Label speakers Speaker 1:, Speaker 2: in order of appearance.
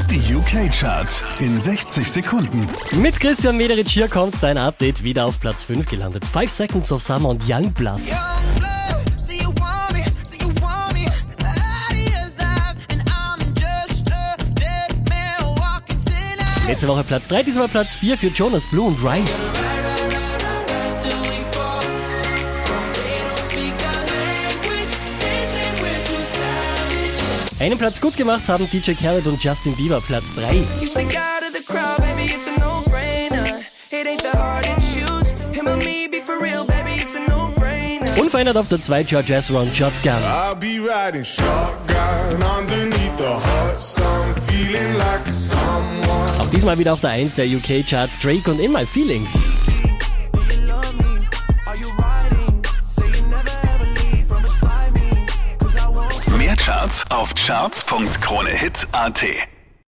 Speaker 1: Die UK-Charts in 60 Sekunden.
Speaker 2: Mit Christian Mederitsch hier kommt dein Update, wieder auf Platz 5 gelandet. 5 Seconds of Summer und Youngblood. Letzte Woche Platz 3, diesmal Platz 4 für Jonas Blue und Rise. Einen Platz gut gemacht haben DJ Khaled und Justin Bieber, Platz 3. Unverändert auf der 2 George Ezra und Shotgun. Auch diesmal wieder auf der 1 der UK-Charts Drake und In My Feelings.
Speaker 1: Mehr Charts auf charts.kronehit.at.